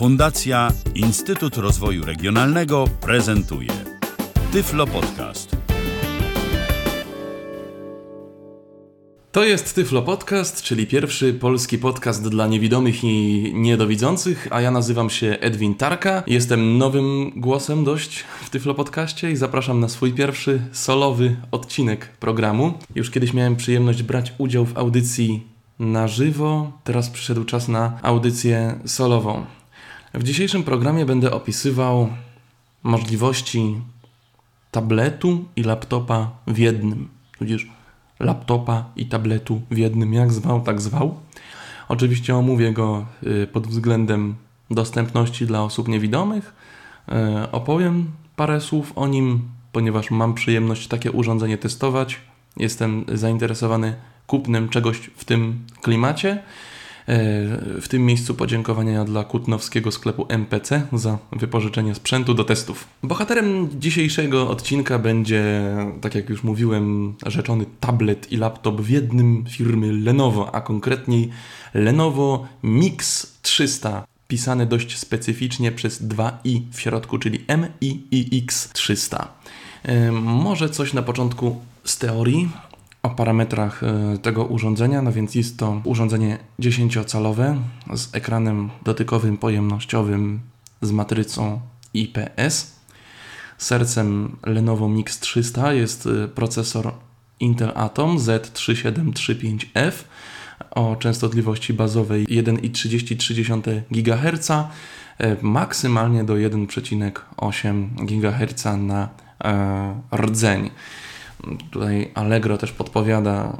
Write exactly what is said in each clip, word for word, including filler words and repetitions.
Fundacja Instytut Rozwoju Regionalnego prezentuje Tyflo Podcast. To jest Tyflo Podcast, czyli pierwszy polski podcast dla niewidomych i niedowidzących, a ja nazywam się Edwin Tarka. Jestem nowym głosem dość w Tyflo Podcaście i zapraszam na swój pierwszy solowy odcinek programu. Już kiedyś miałem przyjemność brać udział w audycji na żywo, teraz przyszedł czas na audycję solową. W dzisiejszym programie będę opisywał możliwości tabletu i laptopa w jednym, tudzież laptopa i tabletu w jednym, jak zwał, tak zwał. Oczywiście omówię go pod względem dostępności dla osób niewidomych. Opowiem parę słów o nim, ponieważ mam przyjemność takie urządzenie testować. Jestem zainteresowany kupnem czegoś w tym klimacie. W tym miejscu podziękowania dla kutnowskiego sklepu M P C za wypożyczenie sprzętu do testów. Bohaterem dzisiejszego odcinka będzie, tak jak już mówiłem, rzeczony tablet i laptop w jednym firmy Lenovo, a konkretniej Lenovo Mix trzysta, pisane dość specyficznie przez dwa i w środku, czyli M I I X trzysta. Może coś na początku z teorii o parametrach tego urządzenia. No więc jest to urządzenie dziesięciocalowe z ekranem dotykowym pojemnościowym z matrycą I P S. Sercem Lenovo Mix trzysta jest procesor Intel Atom Z trzy siedem trzy pięć F o częstotliwości bazowej jeden przecinek trzydzieści trzy gigaherca, maksymalnie do jeden przecinek osiem gigaherca na e, rdzeń. Tutaj Allegro też podpowiada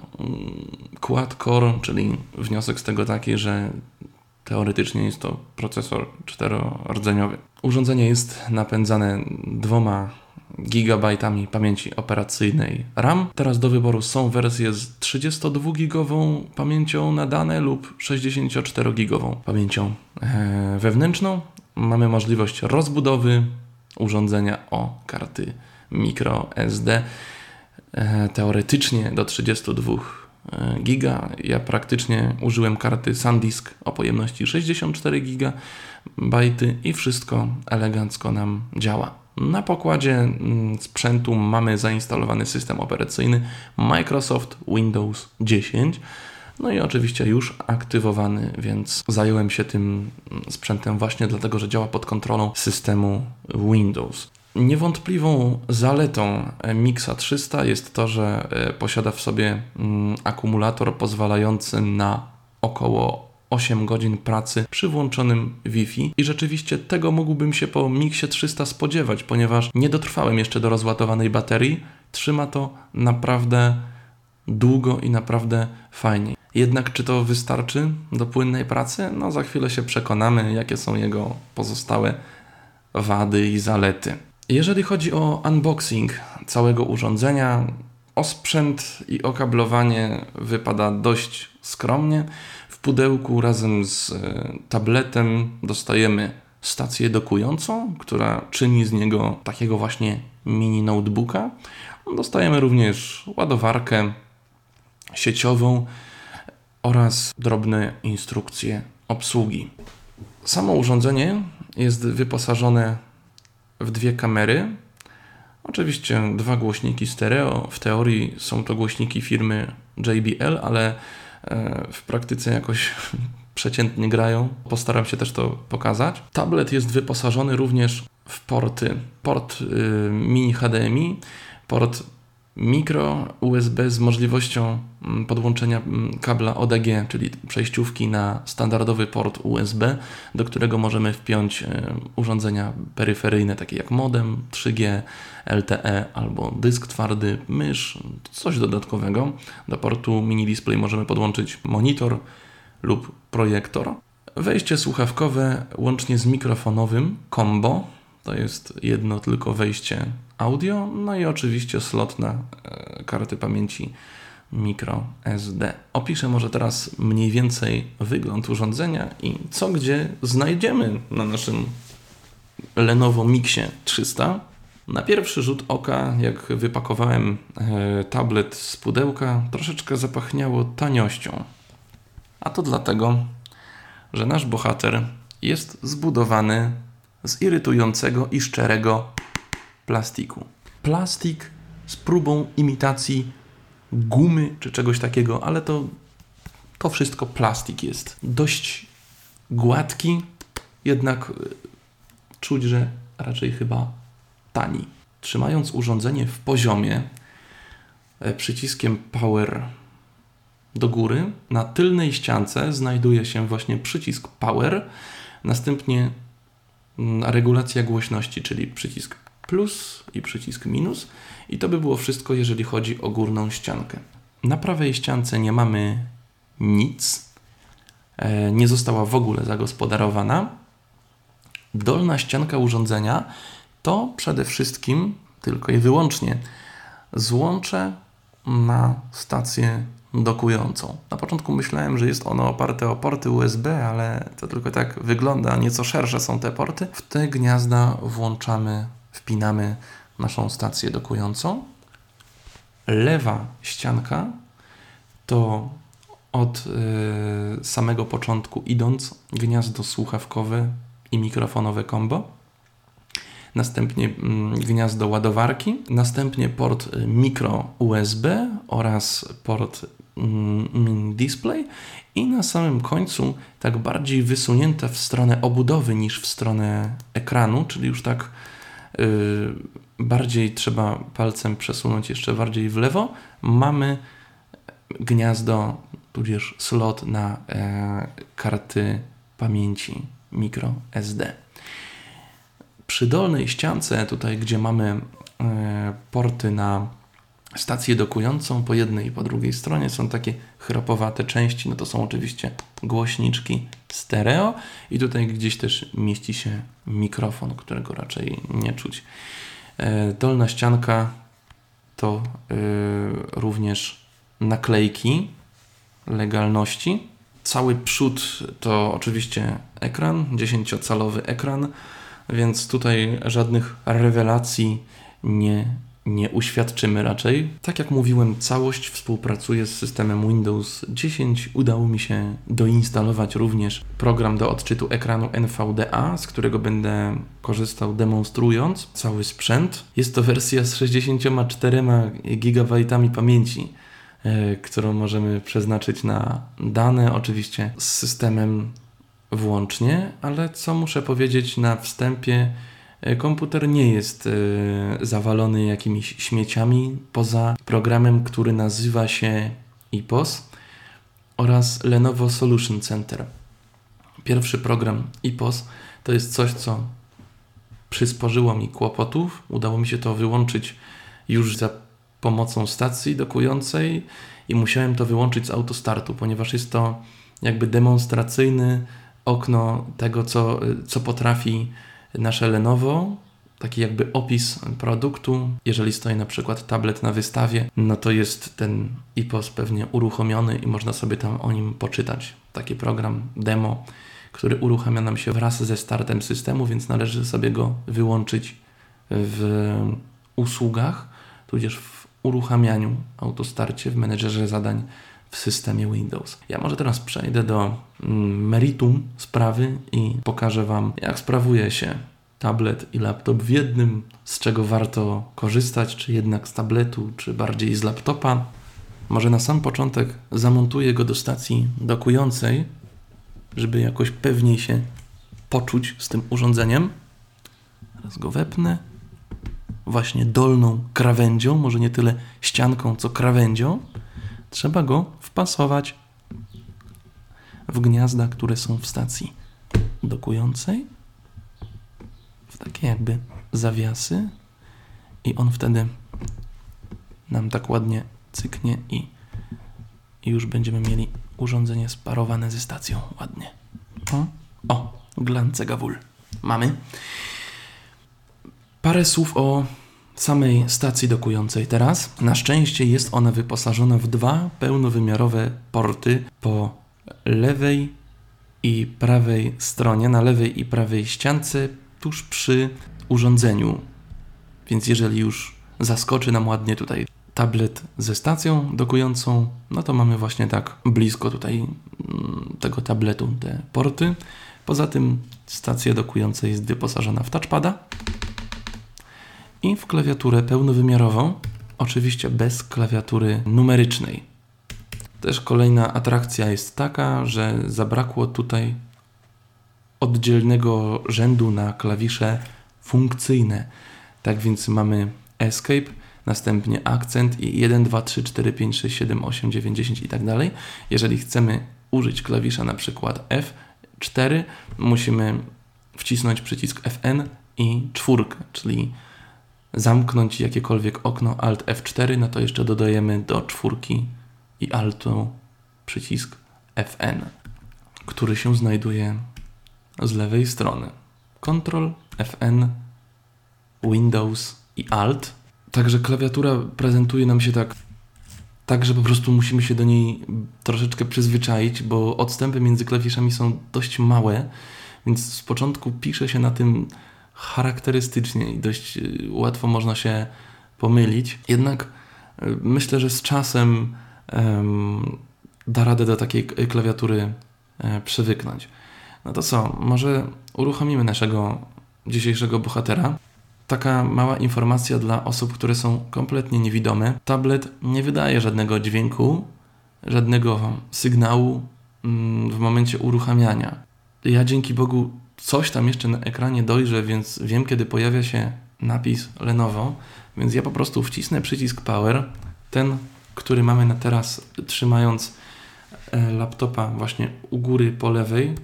quad-core, czyli wniosek z tego taki, że teoretycznie jest to procesor czterordzeniowy. Urządzenie jest napędzane dwoma gigabajtami pamięci operacyjnej RAM. Teraz do wyboru są wersje z trzydziestodwugigową pamięcią na dane lub sześćdziesięcioczterogigową pamięcią wewnętrzną. Mamy możliwość rozbudowy urządzenia o karty microSD. Teoretycznie do trzydziestu dwóch giga. Ja praktycznie użyłem karty SanDisk o pojemności sześćdziesiąt cztery gigabajty i wszystko elegancko nam działa. Na pokładzie sprzętu mamy zainstalowany system operacyjny Microsoft Windows dziesięć. No i oczywiście już aktywowany, więc zająłem się tym sprzętem właśnie dlatego, że działa pod kontrolą systemu Windows. Niewątpliwą zaletą Mixa trzysta jest to, że posiada w sobie akumulator pozwalający na około osiem godzin pracy przy włączonym Wi-Fi i rzeczywiście tego mógłbym się po Mixie trzysta spodziewać, ponieważ nie dotrwałem jeszcze do rozładowanej baterii. Trzyma to naprawdę długo i naprawdę fajnie. Jednak czy to wystarczy do płynnej pracy? No za chwilę się przekonamy, jakie są jego pozostałe wady i zalety. Jeżeli chodzi o unboxing całego urządzenia, o sprzęt i okablowanie wypada dość skromnie. W pudełku razem z tabletem dostajemy stację dokującą, która czyni z niego takiego właśnie mini notebooka. Dostajemy również ładowarkę sieciową oraz drobne instrukcje obsługi. Samo urządzenie jest wyposażone w dwie kamery. Oczywiście dwa głośniki stereo. W teorii są to głośniki firmy J B L, ale w praktyce jakoś przeciętnie grają. Postaram się też to pokazać. Tablet jest wyposażony również w porty. Port y, mini H D M I, port mikro U S B z możliwością podłączenia kabla O D G, czyli przejściówki na standardowy port U S B, do którego możemy wpiąć urządzenia peryferyjne, takie jak modem, trzy G, L T E albo dysk twardy, mysz, coś dodatkowego. Do portu mini display możemy podłączyć monitor lub projektor. Wejście słuchawkowe łącznie z mikrofonowym combo, to jest jedno tylko wejście audio, no i oczywiście slot na e, karty pamięci microSD. Opiszę może teraz mniej więcej wygląd urządzenia i co gdzie znajdziemy na naszym Lenovo Mixie trzysta. Na pierwszy rzut oka, jak wypakowałem e, tablet z pudełka, troszeczkę zapachniało taniością. A to dlatego, że nasz bohater jest zbudowany z irytującego i szczerego plastiku. Plastik z próbą imitacji gumy czy czegoś takiego, ale to, to wszystko plastik jest. Dość gładki, jednak czuć, że raczej chyba tani. Trzymając urządzenie w poziomie, przyciskiem Power do góry, na tylnej ściance znajduje się właśnie przycisk Power, następnie regulacja głośności, czyli przycisk plus i przycisk minus, i to by było wszystko, jeżeli chodzi o górną ściankę. Na prawej ściance nie mamy nic, nie została w ogóle zagospodarowana. Dolna ścianka urządzenia to przede wszystkim tylko i wyłącznie złącze na stację dokującą. Na początku myślałem, że jest ono oparte o porty U S B, ale to tylko tak wygląda, nieco szersze są te porty. W te gniazda włączamy, wpinamy naszą stację dokującą. Lewa ścianka to od yy, samego początku idąc gniazdo słuchawkowe i mikrofonowe combo, następnie mm, gniazdo ładowarki, następnie port micro U S B oraz port mm, display i na samym końcu tak bardziej wysunięte w stronę obudowy niż w stronę ekranu, czyli już tak yy, bardziej trzeba palcem przesunąć jeszcze bardziej w lewo, mamy gniazdo tudzież slot na e, karty pamięci micro S D. Przy dolnej ściance, tutaj gdzie mamy e, porty na stację dokującą, po jednej i po drugiej stronie są takie chropowate części, no to są oczywiście głośniczki stereo i tutaj gdzieś też mieści się mikrofon, którego raczej nie czuć. E, dolna ścianka to e, również naklejki legalności. Cały przód to oczywiście ekran, dziesięciocalowy ekran, więc tutaj żadnych rewelacji nie, nie uświadczymy raczej. Tak jak mówiłem, całość współpracuje z systemem Windows dziesięć. Udało mi się doinstalować również program do odczytu ekranu N V D A, z którego będę korzystał demonstrując cały sprzęt. Jest to wersja z sześćdziesięcioma czterema gigabajtami pamięci, którą możemy przeznaczyć na dane, oczywiście z systemem włącznie, ale co muszę powiedzieć na wstępie, komputer nie jest zawalony jakimiś śmieciami poza programem, który nazywa się I P O S oraz Lenovo Solution Center. Pierwszy program I P O S to jest coś, co przysporzyło mi kłopotów. Udało mi się to wyłączyć już za pomocą stacji dokującej i musiałem to wyłączyć z autostartu, ponieważ jest to jakby demonstracyjny okno tego, co, co potrafi nasze Lenovo, taki jakby opis produktu. Jeżeli stoi na przykład tablet na wystawie, no to jest ten I P O S pewnie uruchomiony i można sobie tam o nim poczytać. Taki program demo, który uruchamia nam się wraz ze startem systemu, więc należy sobie go wyłączyć w usługach, tudzież w uruchamianiu, autostarcie, w menedżerze zadań w systemie Windows. Ja może teraz przejdę do meritum sprawy i pokażę Wam, jak sprawuje się tablet i laptop w jednym, z czego warto korzystać, czy jednak z tabletu, czy bardziej z laptopa. Może na sam początek zamontuję go do stacji dokującej, żeby jakoś pewniej się poczuć z tym urządzeniem. Teraz go wepnę. Właśnie dolną krawędzią, może nie tyle ścianką, co krawędzią. Trzeba go wpasować w gniazda, które są w stacji dokującej, w takie jakby zawiasy i on wtedy nam tak ładnie cyknie i, i już będziemy mieli urządzenie sparowane ze stacją ładnie. O, o glance gawul. Mamy. Parę słów o samej stacji dokującej teraz. Na szczęście jest ona wyposażona w dwa pełnowymiarowe porty po lewej i prawej stronie, na lewej i prawej ściance, tuż przy urządzeniu. Więc jeżeli już zaskoczy nam ładnie tutaj tablet ze stacją dokującą, no to mamy właśnie tak blisko tutaj tego tabletu te porty. Poza tym stacja dokująca jest wyposażona w touchpada i w klawiaturę pełnowymiarową, oczywiście bez klawiatury numerycznej. Też kolejna atrakcja jest taka, że zabrakło tutaj oddzielnego rzędu na klawisze funkcyjne. Tak więc mamy Escape, następnie akcent i jeden, dwa, trzy, cztery, pięć, sześć, siedem, osiem, dziewięć, dziesięć i tak dalej. Jeżeli chcemy użyć klawisza na przykład F cztery, musimy wcisnąć przycisk F N i czwórkę, czyli zamknąć jakiekolwiek okno Alt F cztery, no to jeszcze dodajemy do czwórki i Altu przycisk F N, który się znajduje z lewej strony. Ctrl, F N, Windows i Alt. Także klawiatura prezentuje nam się tak, tak, że po prostu musimy się do niej troszeczkę przyzwyczaić, bo odstępy między klawiszami są dość małe, więc z początku pisze się na tym charakterystycznie i dość łatwo można się pomylić. Jednak myślę, że z czasem um, da radę do takiej klawiatury e, przywyknąć. No to co, może uruchomimy naszego dzisiejszego bohatera. Taka mała informacja dla osób, które są kompletnie niewidome. Tablet nie wydaje żadnego dźwięku, żadnego sygnału mm, w momencie uruchamiania. Ja dzięki Bogu coś tam jeszcze na ekranie dojrzę, więc wiem, kiedy pojawia się napis Lenovo, więc ja po prostu wcisnę przycisk Power, ten, który mamy na teraz, trzymając e, laptopa właśnie u góry po lewej,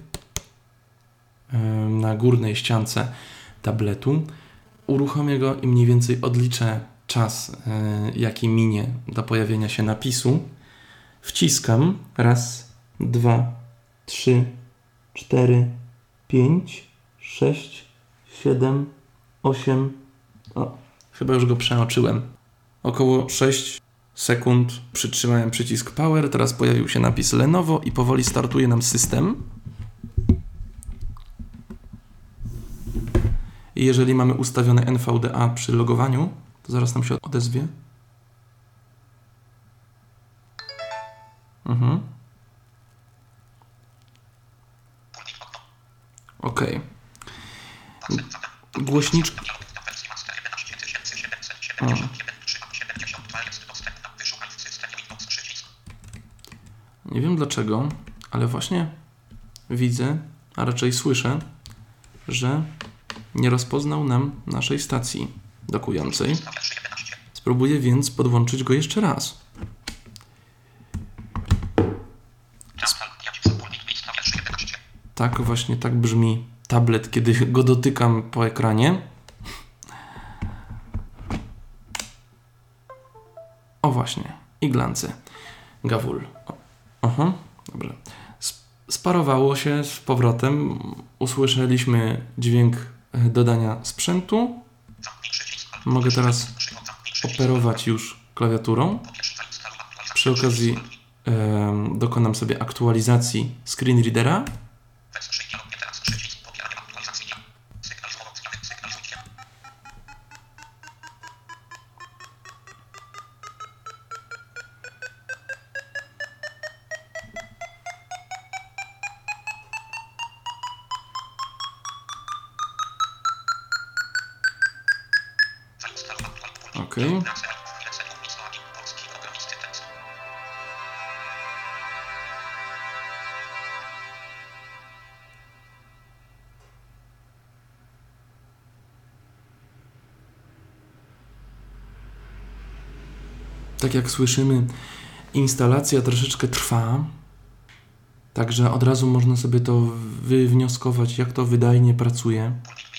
e, na górnej ściance tabletu. Uruchomię go i mniej więcej odliczę czas, e, jaki minie do pojawienia się napisu. Wciskam. Raz, dwa, trzy, cztery, pięć, sześć, siedem, osiem. O, chyba już go przeoczyłem. Około sześć sekund przytrzymałem przycisk Power. Teraz pojawił się napis Lenovo i powoli startuje nam system. I jeżeli mamy ustawione N V D A przy logowaniu, to zaraz nam się odezwie. Mhm. Ok. Głośniczka. O. Nie wiem dlaczego, ale właśnie widzę, a raczej słyszę, że nie rozpoznał nam naszej stacji dokującej. Spróbuję więc podłączyć go jeszcze raz. Tak właśnie tak brzmi tablet, kiedy go dotykam po ekranie. O właśnie, i glance. Gawul. Aha, dobrze. Sparowało się z powrotem. Usłyszeliśmy dźwięk dodania sprzętu. Mogę teraz operować już klawiaturą. Przy okazji e, dokonam sobie aktualizacji screen readera. Okay. Tak jak słyszymy, instalacja troszeczkę trwa, także od razu można sobie to wywnioskować, jak to wydajnie pracuje.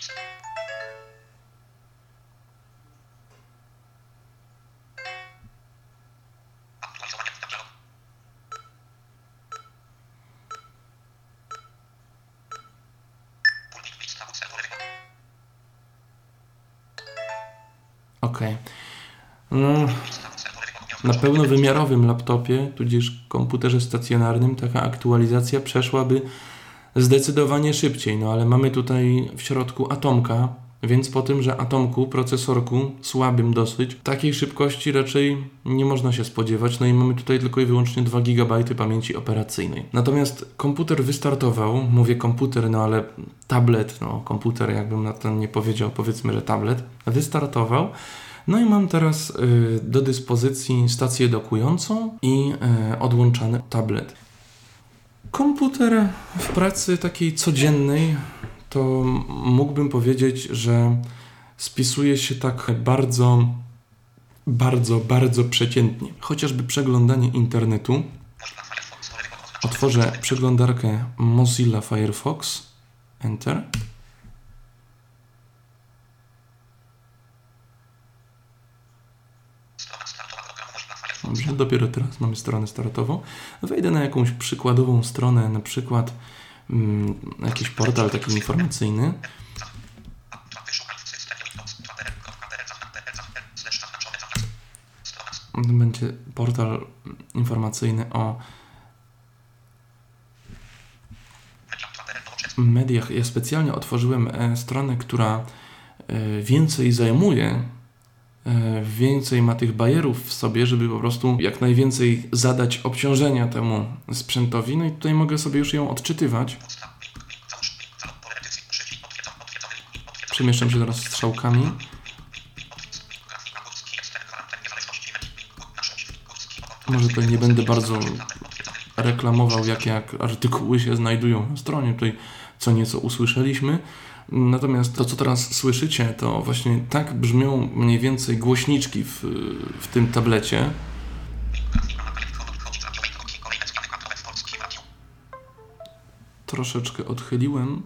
Ok. No, na pełnowymiarowym laptopie, tudzież komputerze stacjonarnym, taka aktualizacja przeszłaby zdecydowanie szybciej, no ale mamy tutaj w środku Atomka, Więc po tymże atomku, procesorku, słabym dosyć, takiej szybkości raczej nie można się spodziewać. No i mamy tutaj tylko i wyłącznie dwa gigabajty pamięci operacyjnej. Natomiast komputer wystartował, mówię komputer, no ale tablet, no komputer jakbym na to nie powiedział, powiedzmy, że tablet, wystartował. No i mam teraz y, do dyspozycji stację dokującą i y, odłączany tablet. Komputer w pracy takiej codziennej to mógłbym powiedzieć, że spisuje się tak bardzo, bardzo, bardzo przeciętnie. Chociażby przeglądanie internetu. Otworzę przeglądarkę Mozilla Firefox. Enter. Dobrze, dopiero teraz mamy stronę startową. Wejdę na jakąś przykładową stronę, na przykład mm, jakiś portal taki informacyjny. Będzie portal informacyjny o mediach. Ja specjalnie otworzyłem e, stronę, która e, więcej zajmuje, więcej ma tych bajerów w sobie, żeby po prostu jak najwięcej zadać obciążenia temu sprzętowi. No i tutaj mogę sobie już ją odczytywać. Przemieszczam się teraz strzałkami. Może tutaj nie będę bardzo reklamował, jakie jak artykuły się znajdują na stronie. Tutaj co nieco usłyszeliśmy. Natomiast to, co teraz słyszycie, to właśnie tak brzmią mniej więcej głośniczki w, w tym tablecie. Troszeczkę odchyliłem.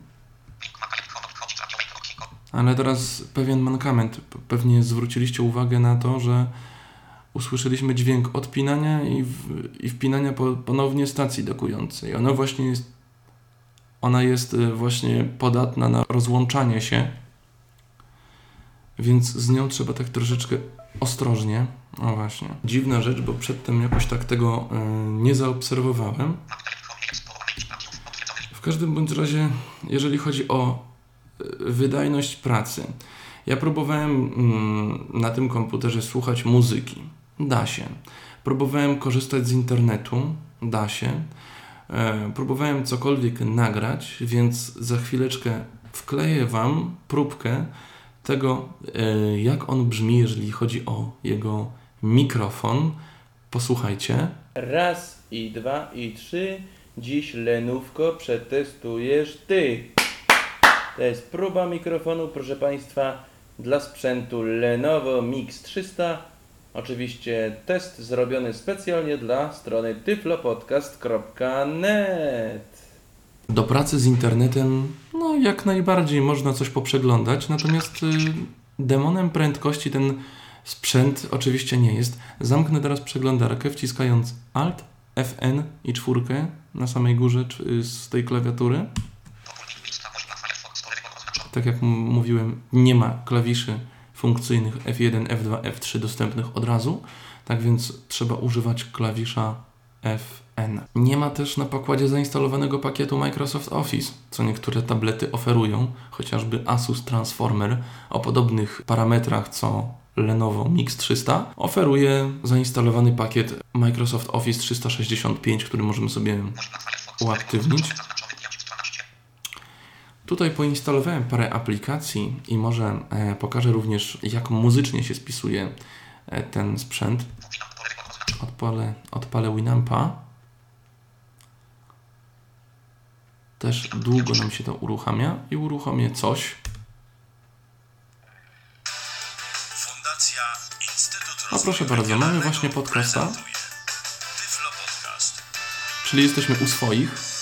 Ale teraz pewien mankament. Pewnie zwróciliście uwagę na to, że usłyszeliśmy dźwięk odpinania i, w, i wpinania po, ponownie stacji dokującej. Ona właśnie jest Ona jest właśnie podatna na rozłączanie się, więc z nią trzeba tak troszeczkę ostrożnie. O właśnie. Dziwna rzecz, bo przedtem jakoś tak tego y, nie zaobserwowałem. W każdym bądź razie, jeżeli chodzi o y, wydajność pracy, ja próbowałem y, na tym komputerze słuchać muzyki. Da się. Próbowałem korzystać z internetu. Da się. Próbowałem cokolwiek nagrać, więc za chwileczkę wkleję Wam próbkę tego, jak on brzmi, jeżeli chodzi o jego mikrofon. Posłuchajcie. Raz i dwa i trzy. Dziś Lenówko przetestujesz Ty. To jest próba mikrofonu, proszę Państwa, dla sprzętu Lenovo Mix trzysta. Oczywiście test zrobiony specjalnie dla strony tyflopodcast kropka net. Do pracy z internetem, no jak najbardziej można coś poprzeglądać, natomiast y, demonem prędkości ten sprzęt oczywiście nie jest. Zamknę teraz przeglądarkę, wciskając Alt, F N i czwórkę na samej górze z tej klawiatury. Tak jak m- mówiłem, nie ma klawiszy funkcyjnych F jeden, F dwa, F trzy dostępnych od razu, tak więc trzeba używać klawisza F N. Nie ma też na pokładzie zainstalowanego pakietu Microsoft Office, co niektóre tablety oferują, chociażby Asus Transformer o podobnych parametrach co Lenovo Mix trzysta oferuje zainstalowany pakiet Microsoft Office trzysta sześćdziesiąt pięć, który możemy sobie uaktywnić. Tutaj poinstalowałem parę aplikacji i może e, pokażę również, jak muzycznie się spisuje e, ten sprzęt. Odpalę, odpalę Winampa. Też długo nam się to uruchamia i uruchomię coś. Fundacja Instytut No proszę bardzo, mamy właśnie podcasta, Tyflo Podcast. czyli jesteśmy u swoich.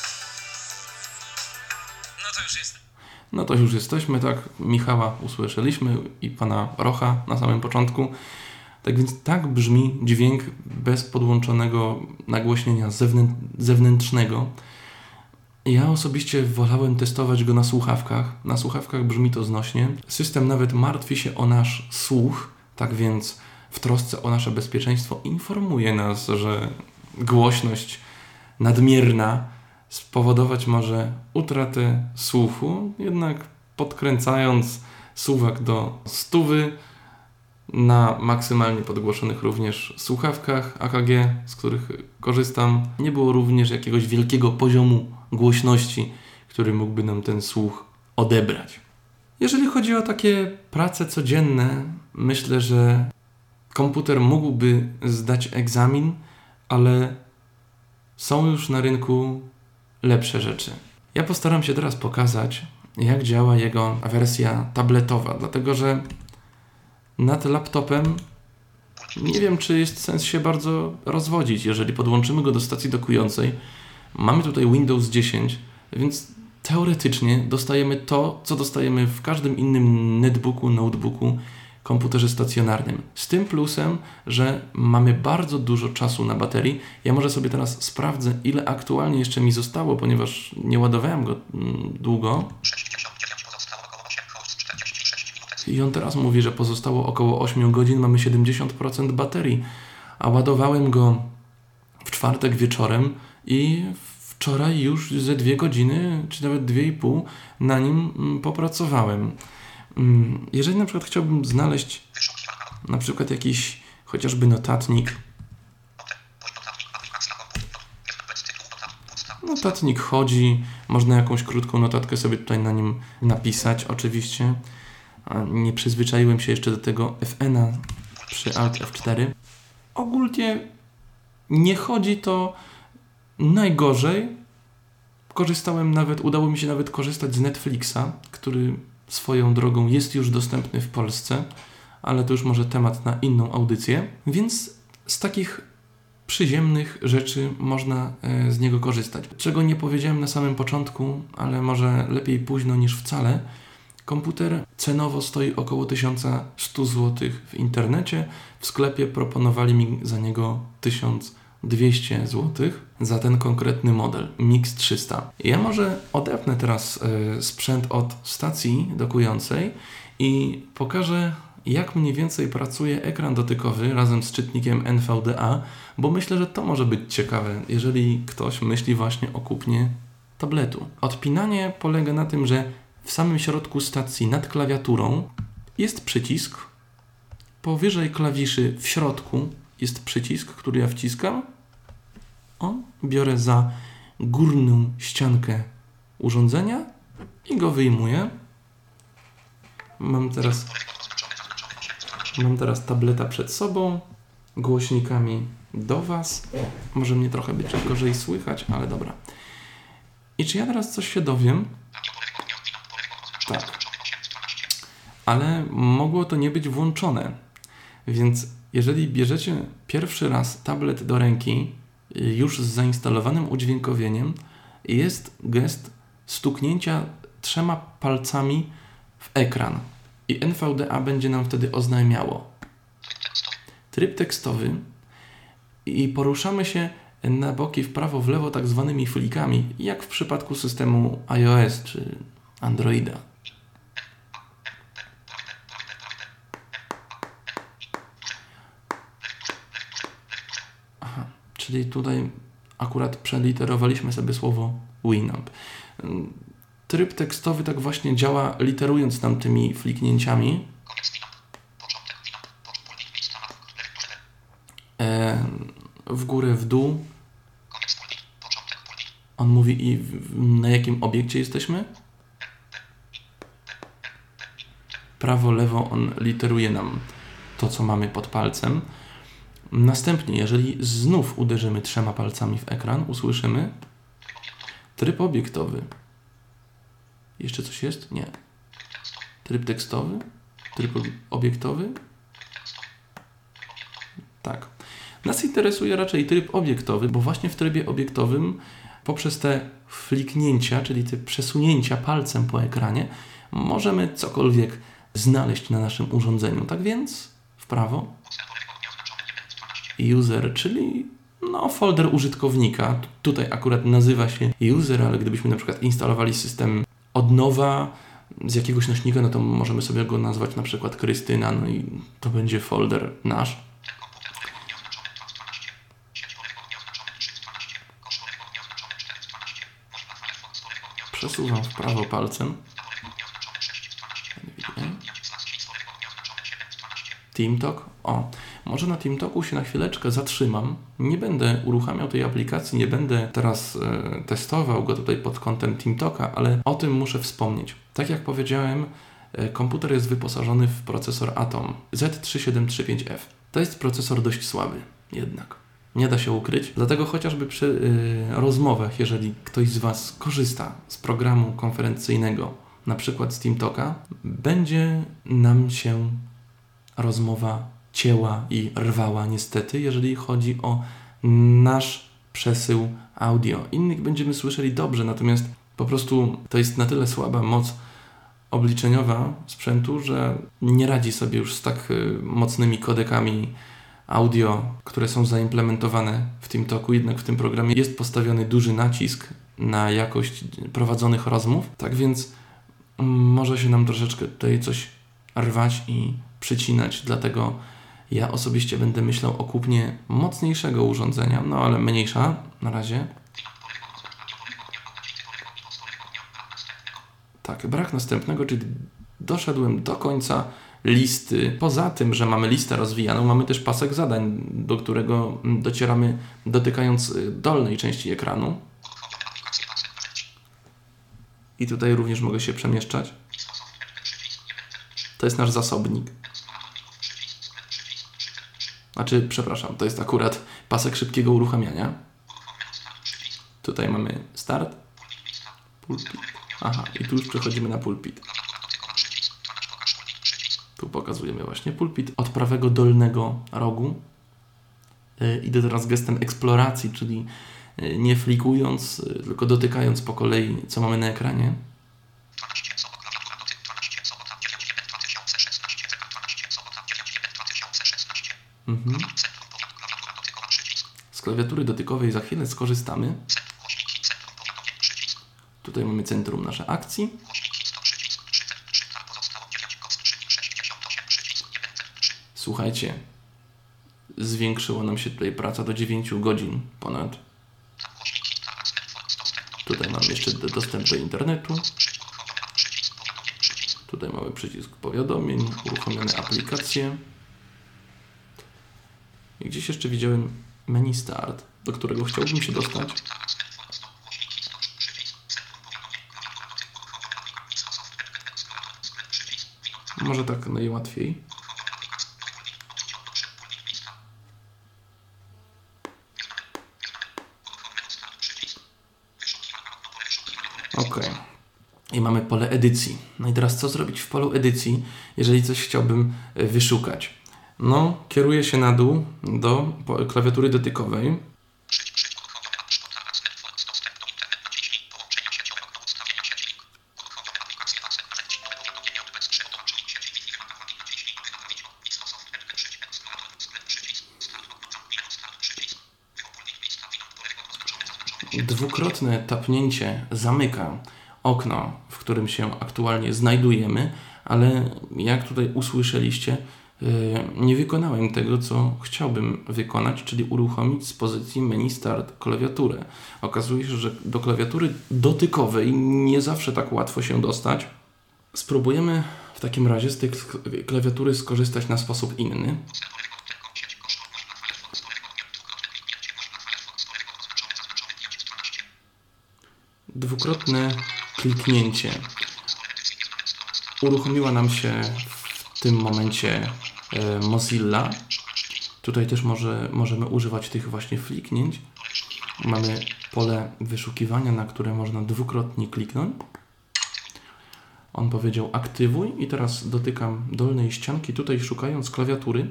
No to już jest. No to już jesteśmy, tak, Michała usłyszeliśmy i pana Rocha na samym początku. Tak więc tak brzmi dźwięk bez podłączonego nagłośnienia zewnę- zewnętrznego. Ja osobiście wolałem testować go na słuchawkach. Na słuchawkach brzmi to znośnie. System nawet martwi się o nasz słuch, tak więc w trosce o nasze bezpieczeństwo informuje nas, że głośność nadmierna spowodować może utratę słuchu, jednak podkręcając suwak do stówy, na maksymalnie podgłoszonych również słuchawkach A K G, z których korzystam. Nie było również jakiegoś wielkiego poziomu głośności, który mógłby nam ten słuch odebrać. Jeżeli chodzi o takie prace codzienne, myślę, że komputer mógłby zdać egzamin, ale są już na rynku lepsze rzeczy. Ja postaram się teraz pokazać, jak działa jego wersja tabletowa, dlatego że nad laptopem nie wiem, czy jest sens się bardzo rozwodzić. Jeżeli podłączymy go do stacji dokującej, mamy tutaj Windows dziesięć, więc teoretycznie dostajemy to, co dostajemy w każdym innym netbooku, notebooku, komputerze stacjonarnym. Z tym plusem, że mamy bardzo dużo czasu na baterii. Ja może sobie teraz sprawdzę, ile aktualnie jeszcze mi zostało, ponieważ nie ładowałem go długo. I on teraz mówi, że pozostało około osiem godzin, mamy siedemdziesiąt procent baterii, a ładowałem go w czwartek wieczorem i wczoraj już ze dwie godziny, czy nawet dwie i pół na nim popracowałem. Jeżeli na przykład chciałbym znaleźć na przykład jakiś chociażby notatnik, notatnik chodzi, można jakąś krótką notatkę sobie tutaj na nim napisać, oczywiście. Nie przyzwyczaiłem się jeszcze do tego F N a przy Alt F cztery. Ogólnie nie chodzi to najgorzej. Korzystałem nawet, udało mi się nawet korzystać z Netflixa, który swoją drogą jest już dostępny w Polsce, ale to już może temat na inną audycję. Więc z takich przyziemnych rzeczy można e, z niego korzystać. Czego nie powiedziałem na samym początku, ale może lepiej późno niż wcale. Komputer cenowo stoi około tysiąc sto złotych w internecie. W sklepie proponowali mi za niego tysiąc dwieście złotych za ten konkretny model Mix trzysta. Ja może odepnę teraz y, sprzęt od stacji dokującej i pokażę, jak mniej więcej pracuje ekran dotykowy razem z czytnikiem N V D A, bo myślę, że to może być ciekawe, jeżeli ktoś myśli właśnie o kupnie tabletu. Odpinanie polega na tym, że w samym środku stacji nad klawiaturą jest przycisk. Powyżej klawiszy w środku jest przycisk, który ja wciskam. O, biorę za górną ściankę urządzenia i go wyjmuję. Mam teraz, mam teraz tableta przed sobą, głośnikami do Was. Może mnie trochę być gorzej słychać, ale dobra. I czy ja teraz coś się dowiem? Tak. Ale mogło to nie być włączone. Więc jeżeli bierzecie pierwszy raz tablet do ręki, już z zainstalowanym udźwiękowieniem, jest gest stuknięcia trzema palcami w ekran. I N V D A będzie nam wtedy oznajmiało tryb tekstowy i poruszamy się na boki w prawo, w lewo tak zwanymi flikami, jak w przypadku systemu iOS czy Androida. Aha, czyli tutaj akurat przeliterowaliśmy sobie słowo Winamp. Tryb tekstowy tak właśnie działa, literując nam tymi fliknięciami. E, w górę, w dół. On mówi i w, na jakim obiekcie jesteśmy. Prawo, lewo on literuje nam to, co mamy pod palcem. Następnie, jeżeli znów uderzymy trzema palcami w ekran, usłyszymy tryb obiektowy. Jeszcze coś jest? Nie. Tryb tekstowy? Tryb obiektowy? Tak. Nas interesuje raczej tryb obiektowy, bo właśnie w trybie obiektowym poprzez te fliknięcia, czyli te przesunięcia palcem po ekranie, możemy cokolwiek znaleźć na naszym urządzeniu. Tak więc w prawo. User, czyli no, folder użytkownika. Tutaj akurat nazywa się user, ale gdybyśmy na przykład instalowali system od nowa z jakiegoś nośnika, no to możemy sobie go nazwać na przykład Krystyna, no i to będzie folder nasz. Przesuwam w prawo palcem. TeamTalk. O, może na TeamTalku się na chwileczkę zatrzymam. Nie będę uruchamiał tej aplikacji, nie będę teraz e, testował go tutaj pod kątem TeamTalka, ale o tym muszę wspomnieć. Tak jak powiedziałem, e, komputer jest wyposażony w procesor Atom Z trzy siedem trzy pięć F. To jest procesor dość słaby jednak. Nie da się ukryć. Dlatego chociażby przy y, rozmowach, jeżeli ktoś z Was korzysta z programu konferencyjnego, na przykład z TeamTalka, będzie nam się rozmowa cięła i rwała niestety, jeżeli chodzi o nasz przesył audio. Innych będziemy słyszeli dobrze, natomiast po prostu to jest na tyle słaba moc obliczeniowa sprzętu, że nie radzi sobie już z tak y, mocnymi kodekami audio, które są zaimplementowane w TeamTalku. Jednak w tym programie jest postawiony duży nacisk na jakość prowadzonych rozmów, tak więc może się nam troszeczkę tutaj coś rwać i przycinać, dlatego ja osobiście będę myślał o kupnie mocniejszego urządzenia, no ale mniejsza na razie. Tak, brak następnego, czyli doszedłem do końca listy. Poza tym, że mamy listę rozwijaną, mamy też pasek zadań, do którego docieramy dotykając dolnej części ekranu. I tutaj również mogę się przemieszczać. To jest nasz zasobnik. Znaczy, przepraszam, to jest akurat pasek szybkiego uruchamiania. Tutaj mamy start. Pulpit. Aha, i tu już przechodzimy na pulpit. Tu pokazujemy właśnie pulpit od prawego dolnego rogu. Yy, idę teraz gestem eksploracji, czyli yy, nie flikując, yy, tylko dotykając po kolei, co mamy na ekranie. Mhm. Z klawiatury dotykowej za chwilę skorzystamy. Tutaj mamy centrum naszej akcji. Słuchajcie, zwiększyła nam się tutaj praca do dziewięciu godzin ponad. Tutaj mamy jeszcze dostęp do internetu. Tutaj mamy przycisk powiadomień, uruchomione aplikacje. I gdzieś jeszcze widziałem menu Start, do którego chciałbym się dostać. Może tak najłatwiej. Ok. I mamy pole edycji. No i teraz co zrobić w polu edycji, jeżeli coś chciałbym wyszukać? No, kieruję się na dół do klawiatury dotykowej. Dwukrotne tapnięcie zamyka okno, w którym się aktualnie znajdujemy, ale jak tutaj usłyszeliście, nie wykonałem tego, co chciałbym wykonać, czyli uruchomić z pozycji menu Start klawiaturę. Okazuje się, że do klawiatury dotykowej nie zawsze tak łatwo się dostać. Spróbujemy w takim razie z tej klawiatury skorzystać na sposób inny. Dwukrotne kliknięcie uruchomiła nam się w tym momencie e, Mozilla. Tutaj też może, możemy używać tych właśnie fliknięć. Mamy pole wyszukiwania, na które można dwukrotnie kliknąć. On powiedział aktywuj i teraz dotykam dolnej ścianki, tutaj szukając klawiatury.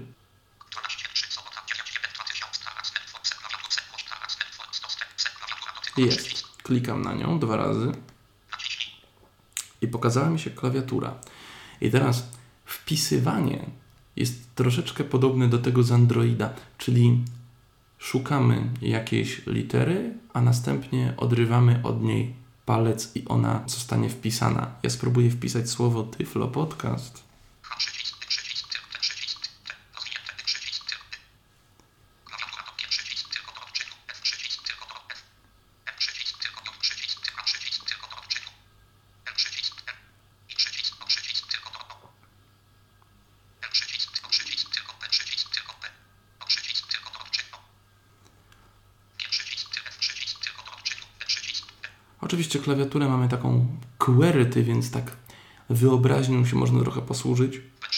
Jest. Klikam na nią dwa razy i pokazała mi się klawiatura. I teraz wpisywanie jest troszeczkę podobne do tego z Androida, czyli szukamy jakiejś litery, a następnie odrywamy od niej palec i ona zostanie wpisana. Ja spróbuję wpisać słowo Tyflo Podcast. Oczywiście klawiaturę mamy taką QWERTY, więc tak wyobraźnią się można trochę posłużyć.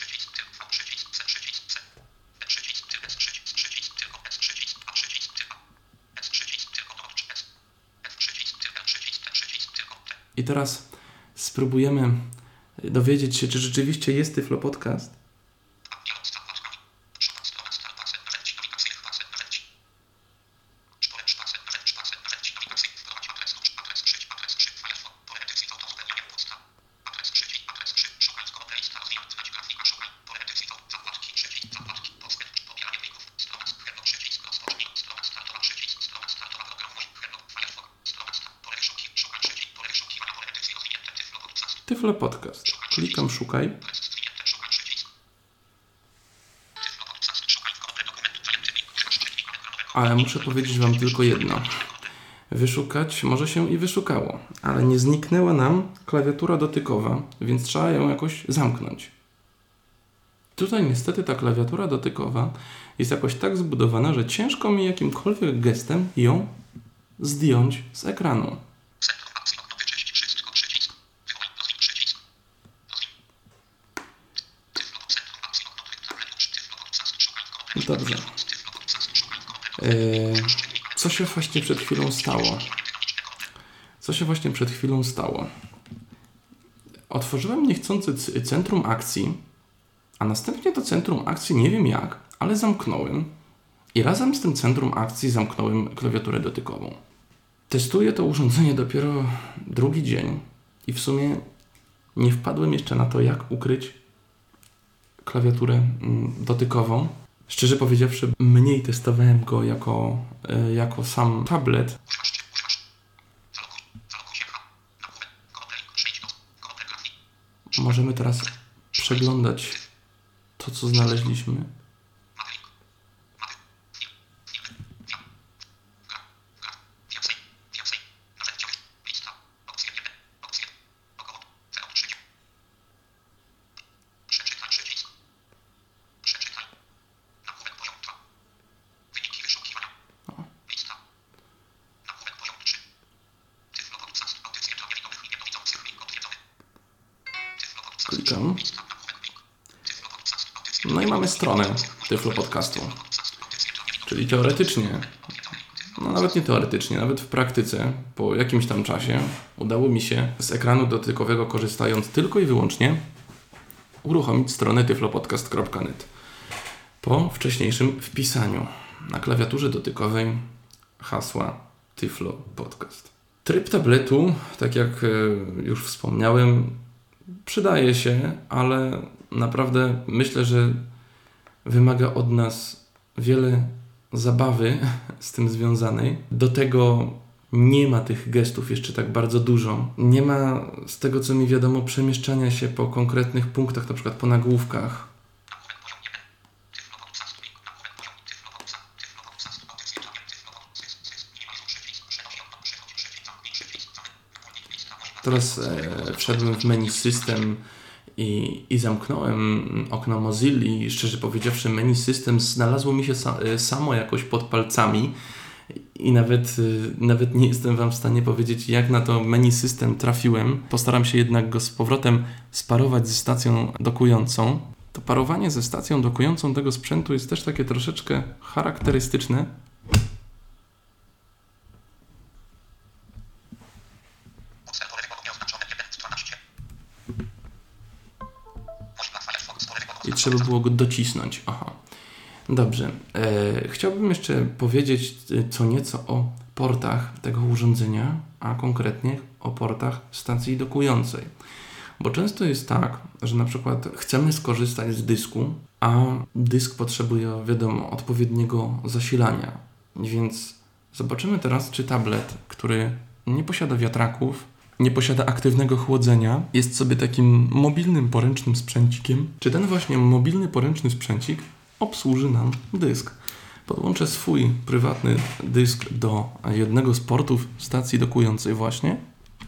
I teraz spróbujemy dowiedzieć się, czy rzeczywiście jest Tyflo Podcast. Tyflo Podcast. Klikam szukaj. Ale muszę powiedzieć Wam tylko jedno. Wyszukać może się i wyszukało, ale nie zniknęła nam klawiatura dotykowa, więc trzeba ją jakoś zamknąć. Tutaj niestety ta klawiatura dotykowa jest jakoś tak zbudowana, że ciężko mi jakimkolwiek gestem ją zdjąć z ekranu. Dobrze. Yy, co się właśnie przed chwilą stało? Co się właśnie przed chwilą stało? Otworzyłem niechcący c- centrum akcji, a następnie to centrum akcji nie wiem jak, ale zamknąłem i razem z tym centrum akcji zamknąłem klawiaturę dotykową. Testuję to urządzenie dopiero drugi dzień i w sumie nie wpadłem jeszcze na to, jak ukryć klawiaturę mm, dotykową. Szczerze powiedziawszy, mniej testowałem go jako, y, jako sam tablet. Możemy teraz przeglądać to, co znaleźliśmy. Klikam. No i mamy stronę Tyflo Podcastu. Czyli teoretycznie, no nawet nie teoretycznie, nawet w praktyce, po jakimś tam czasie udało mi się z ekranu dotykowego, korzystając tylko i wyłącznie, uruchomić stronę tyflopodcast kropka net. Po wcześniejszym wpisaniu na klawiaturze dotykowej hasła Tyflo Podcast. Tryb tabletu, tak jak już wspomniałem, przydaje się, ale naprawdę myślę, że wymaga od nas wiele zabawy z tym związanej. Do tego nie ma tych gestów jeszcze tak bardzo dużo. Nie ma, z tego co mi wiadomo, przemieszczania się po konkretnych punktach, na przykład po nagłówkach. Teraz e, wszedłem w menu System i, i zamknąłem okno Mozilla. Szczerze powiedziawszy, menu System znalazło mi się sa, samo jakoś pod palcami i nawet, nawet nie jestem Wam w stanie powiedzieć, jak na to menu System trafiłem. Postaram się jednak go z powrotem sparować ze stacją dokującą. To parowanie ze stacją dokującą tego sprzętu jest też takie troszeczkę charakterystyczne. I trzeba było go docisnąć. Aha. Dobrze. E, chciałbym jeszcze powiedzieć co nieco o portach tego urządzenia, a konkretnie o portach stacji dokującej. Bo często jest tak, że na przykład chcemy skorzystać z dysku, a dysk potrzebuje, wiadomo, odpowiedniego zasilania. Więc zobaczymy teraz, czy tablet, który nie posiada wiatraków, nie posiada aktywnego chłodzenia, jest sobie takim mobilnym, poręcznym sprzęcikiem. Czy ten właśnie mobilny, poręczny sprzęcik obsłuży nam dysk? Podłączę swój prywatny dysk do jednego z portów stacji dokującej właśnie.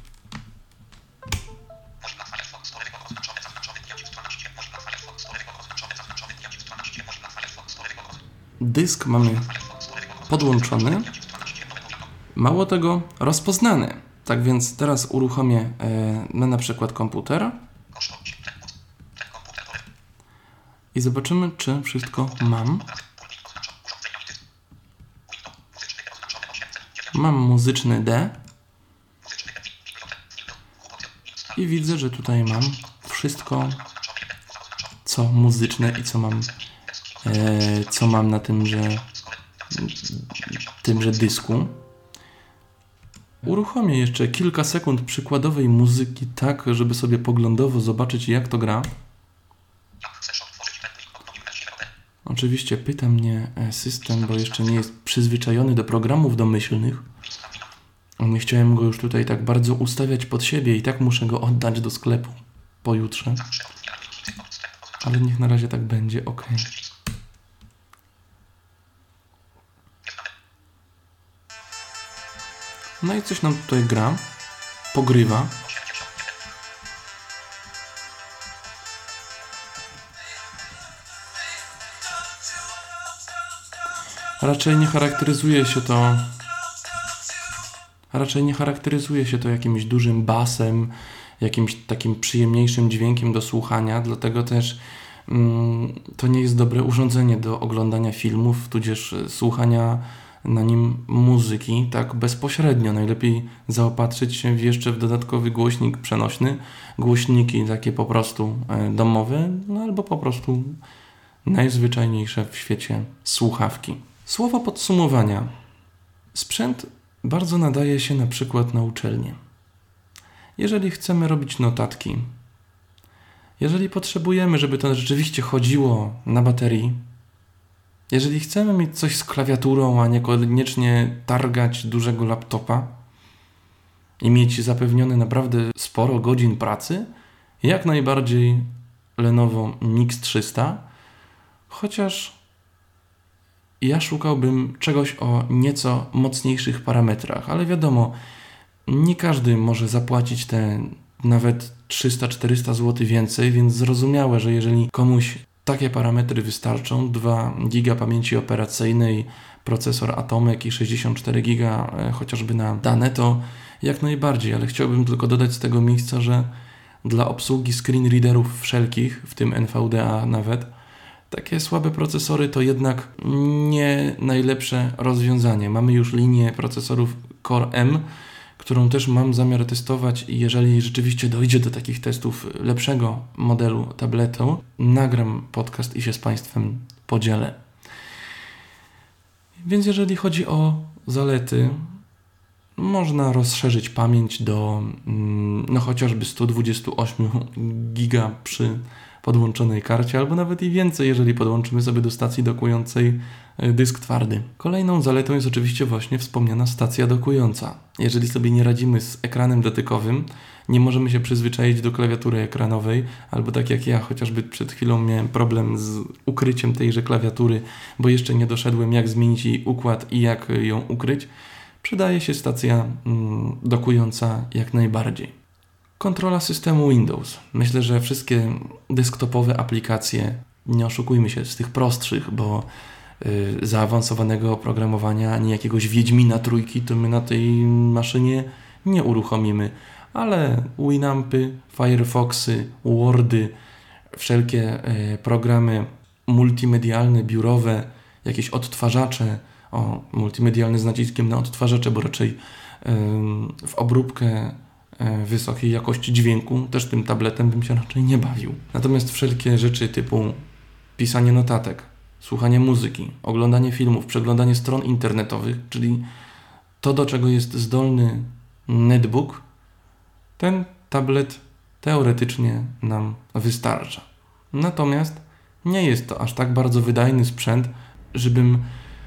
Dysk mamy podłączony. Mało tego, rozpoznany. Tak więc teraz uruchomię e, na przykład komputer i zobaczymy, czy wszystko mam. Mam muzyczny D i widzę, że tutaj mam wszystko, co muzyczne i co mam, e, co mam na tymże, tymże dysku. Uruchomię jeszcze kilka sekund przykładowej muzyki tak, żeby sobie poglądowo zobaczyć, jak to gra. Oczywiście pyta mnie system, bo jeszcze nie jest przyzwyczajony do programów domyślnych. Nie chciałem go już tutaj tak bardzo ustawiać pod siebie i tak muszę go oddać do sklepu pojutrze. Ale niech na razie tak będzie, ok. No i coś nam tutaj gra, pogrywa. Raczej nie charakteryzuje się to raczej nie charakteryzuje się to jakimś dużym basem, jakimś takim przyjemniejszym dźwiękiem do słuchania, dlatego też mm, to nie jest dobre urządzenie do oglądania filmów, tudzież słuchania na nim muzyki tak bezpośrednio. Najlepiej zaopatrzyć się w jeszcze w dodatkowy głośnik przenośny, głośniki takie po prostu e, domowe, no albo po prostu najzwyczajniejsze w świecie słuchawki. Słowo podsumowania. Sprzęt bardzo nadaje się na przykład na uczelnię. Jeżeli chcemy robić notatki, jeżeli potrzebujemy, żeby to rzeczywiście chodziło na baterii, jeżeli chcemy mieć coś z klawiaturą, a niekoniecznie targać dużego laptopa i mieć zapewnione naprawdę sporo godzin pracy, jak najbardziej Lenovo Mix trzysta, chociaż ja szukałbym czegoś o nieco mocniejszych parametrach, ale wiadomo, nie każdy może zapłacić te nawet trzysta czterysta złotych więcej, więc zrozumiałe, że jeżeli komuś takie parametry wystarczą, dwa giga pamięci operacyjnej, procesor Atomek i sześćdziesiąt cztery giga chociażby na dane, to jak najbardziej, ale chciałbym tylko dodać z tego miejsca, że dla obsługi screen readerów wszelkich, w tym N V D A nawet, takie słabe procesory to jednak nie najlepsze rozwiązanie. Mamy już linię procesorów Core M, którą też mam zamiar testować i jeżeli rzeczywiście dojdzie do takich testów lepszego modelu tabletu, nagram podcast i się z Państwem podzielę. Więc jeżeli chodzi o zalety, można rozszerzyć pamięć do no chociażby sto dwadzieścia osiem giga przy podłączonej karcie, albo nawet i więcej, jeżeli podłączymy sobie do stacji dokującej dysk twardy. Kolejną zaletą jest oczywiście właśnie wspomniana stacja dokująca. Jeżeli sobie nie radzimy z ekranem dotykowym, nie możemy się przyzwyczaić do klawiatury ekranowej, albo tak jak ja, chociażby przed chwilą miałem problem z ukryciem tejże klawiatury, bo jeszcze nie doszedłem, jak zmienić jej układ i jak ją ukryć, przydaje się stacja mm, dokująca jak najbardziej. Kontrola systemu Windows. Myślę, że wszystkie desktopowe aplikacje, nie oszukujmy się, z tych prostszych, bo yy, zaawansowanego oprogramowania, ani jakiegoś Wiedźmina trójki, to my na tej maszynie nie uruchomimy, ale Winampy, Firefoxy, Wordy, wszelkie yy, programy multimedialne, biurowe, jakieś odtwarzacze, o, multimedialne z naciskiem na odtwarzacze, bo raczej yy, w obróbkę wysokiej jakości dźwięku, też tym tabletem bym się raczej nie bawił. Natomiast wszelkie rzeczy typu pisanie notatek, słuchanie muzyki, oglądanie filmów, przeglądanie stron internetowych, czyli to, do czego jest zdolny netbook, ten tablet teoretycznie nam wystarcza. Natomiast nie jest to aż tak bardzo wydajny sprzęt, żebym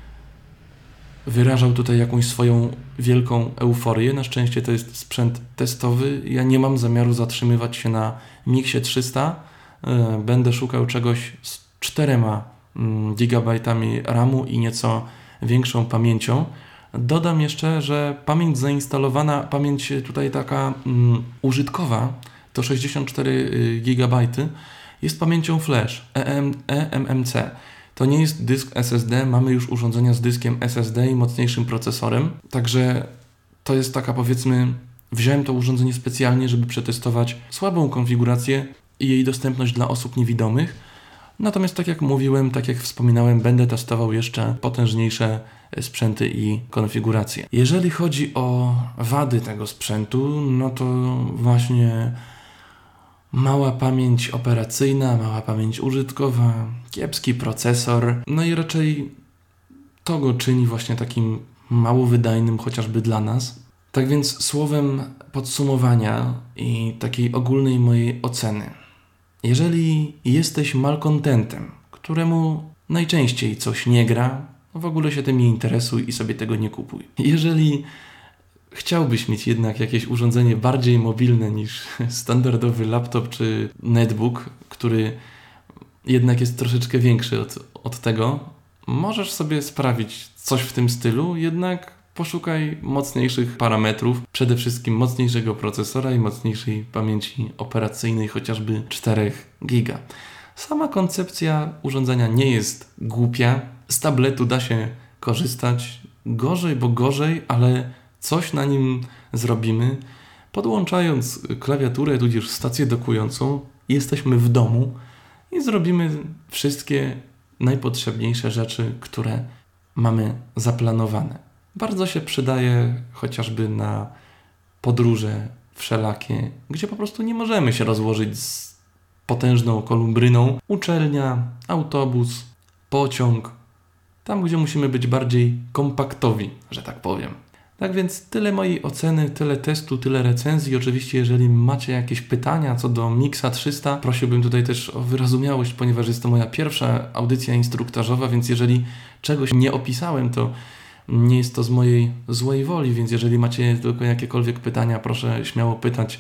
wyrażał tutaj jakąś swoją wielką euforię. Na szczęście to jest sprzęt testowy. Ja nie mam zamiaru zatrzymywać się na Mixie trzysta. Będę szukał czegoś z czterema gigabajtami ramu i nieco większą pamięcią. Dodam jeszcze, że pamięć zainstalowana, pamięć tutaj taka um, użytkowa, to sześćdziesiąt cztery gigabajty, jest pamięcią flash, E M M C. To nie jest dysk S S D, mamy już urządzenia z dyskiem S S D i mocniejszym procesorem, także to jest taka, powiedzmy, wziąłem to urządzenie specjalnie, żeby przetestować słabą konfigurację i jej dostępność dla osób niewidomych. Natomiast tak jak mówiłem, tak jak wspominałem, będę testował jeszcze potężniejsze sprzęty i konfiguracje. Jeżeli chodzi o wady tego sprzętu, no to właśnie mała pamięć operacyjna, mała pamięć użytkowa, kiepski procesor, no i raczej to go czyni właśnie takim mało wydajnym chociażby dla nas. Tak więc słowem podsumowania i takiej ogólnej mojej oceny. Jeżeli jesteś malkontentem, któremu najczęściej coś nie gra, w ogóle się tym nie interesuj i sobie tego nie kupuj. Jeżeli chciałbyś mieć jednak jakieś urządzenie bardziej mobilne niż standardowy laptop czy netbook, który jednak jest troszeczkę większy od, od tego, możesz sobie sprawić coś w tym stylu, jednak poszukaj mocniejszych parametrów, przede wszystkim mocniejszego procesora i mocniejszej pamięci operacyjnej, chociażby cztery giga. Sama koncepcja urządzenia nie jest głupia. Z tabletu da się korzystać. Gorzej, bo gorzej, ale coś na nim zrobimy. Podłączając klawiaturę, tudzież stację dokującą, jesteśmy w domu i zrobimy wszystkie najpotrzebniejsze rzeczy, które mamy zaplanowane. Bardzo się przydaje chociażby na podróże wszelakie, gdzie po prostu nie możemy się rozłożyć z potężną kolumbryną. Uczelnia, autobus, pociąg, tam gdzie musimy być bardziej kompaktowi, że tak powiem. Tak więc tyle mojej oceny, tyle testu, tyle recenzji. Oczywiście jeżeli macie jakieś pytania co do Mixa trzysta, prosiłbym tutaj też o wyrozumiałość, ponieważ jest to moja pierwsza audycja instruktażowa, więc jeżeli czegoś nie opisałem, to nie jest to z mojej złej woli, więc jeżeli macie tylko jakiekolwiek pytania, proszę śmiało pytać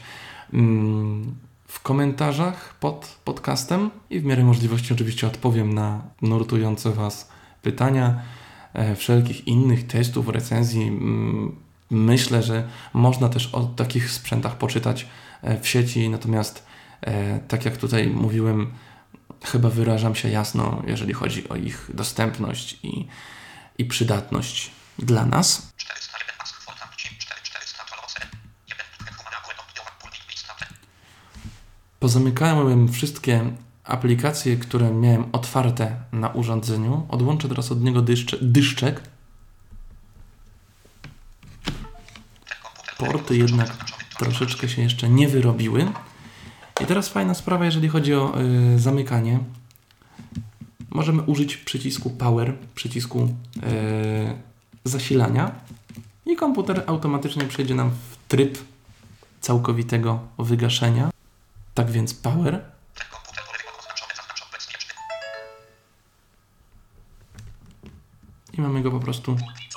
mm, w komentarzach pod podcastem i w miarę możliwości oczywiście odpowiem na nurtujące Was pytania. E, wszelkich innych testów, recenzji mm, myślę, że można też o takich sprzętach poczytać e, w sieci, natomiast e, tak jak tutaj mówiłem, chyba wyrażam się jasno, jeżeli chodzi o ich dostępność i i przydatność dla nas. Pozamykałem wszystkie aplikacje, które miałem otwarte na urządzeniu. Odłączę teraz od niego dyszcze, dyszczek. Porty jednak troszeczkę się jeszcze nie wyrobiły. I teraz fajna sprawa, jeżeli chodzi o yy, zamykanie. Możemy użyć przycisku Power, przycisku yy, zasilania i komputer automatycznie przejdzie nam w tryb całkowitego wygaszenia. Tak więc Power. I mamy go po prostu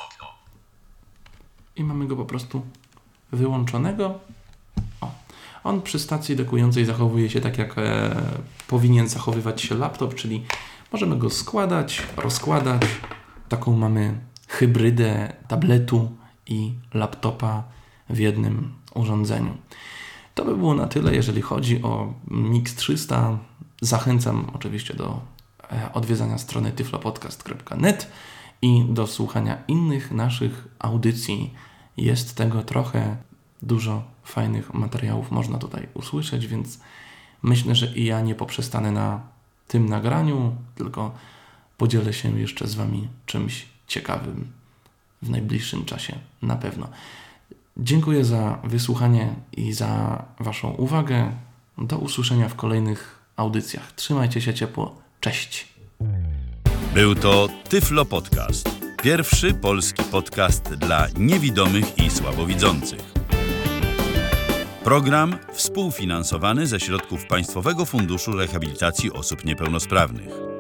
i mamy go po prostu wyłączonego. O. On przy stacji dokującej zachowuje się tak, jak e, powinien zachowywać się laptop, czyli możemy go składać, rozkładać. Taką mamy hybrydę tabletu i laptopa w jednym urządzeniu. To by było na tyle, jeżeli chodzi o Mix trzysta. Zachęcam oczywiście do odwiedzania strony tyflopodcast kropka net i do słuchania innych naszych audycji. Jest tego trochę, dużo fajnych materiałów można tutaj usłyszeć, więc myślę, że i ja nie poprzestanę na tym nagraniu, tylko podzielę się jeszcze z Wami czymś ciekawym w najbliższym czasie na pewno. Dziękuję za wysłuchanie i za Waszą uwagę. Do usłyszenia w kolejnych audycjach. Trzymajcie się ciepło. Cześć. Był to Tyflo Podcast. Pierwszy polski podcast dla niewidomych i słabowidzących. Program współfinansowany ze środków Państwowego Funduszu Rehabilitacji Osób Niepełnosprawnych.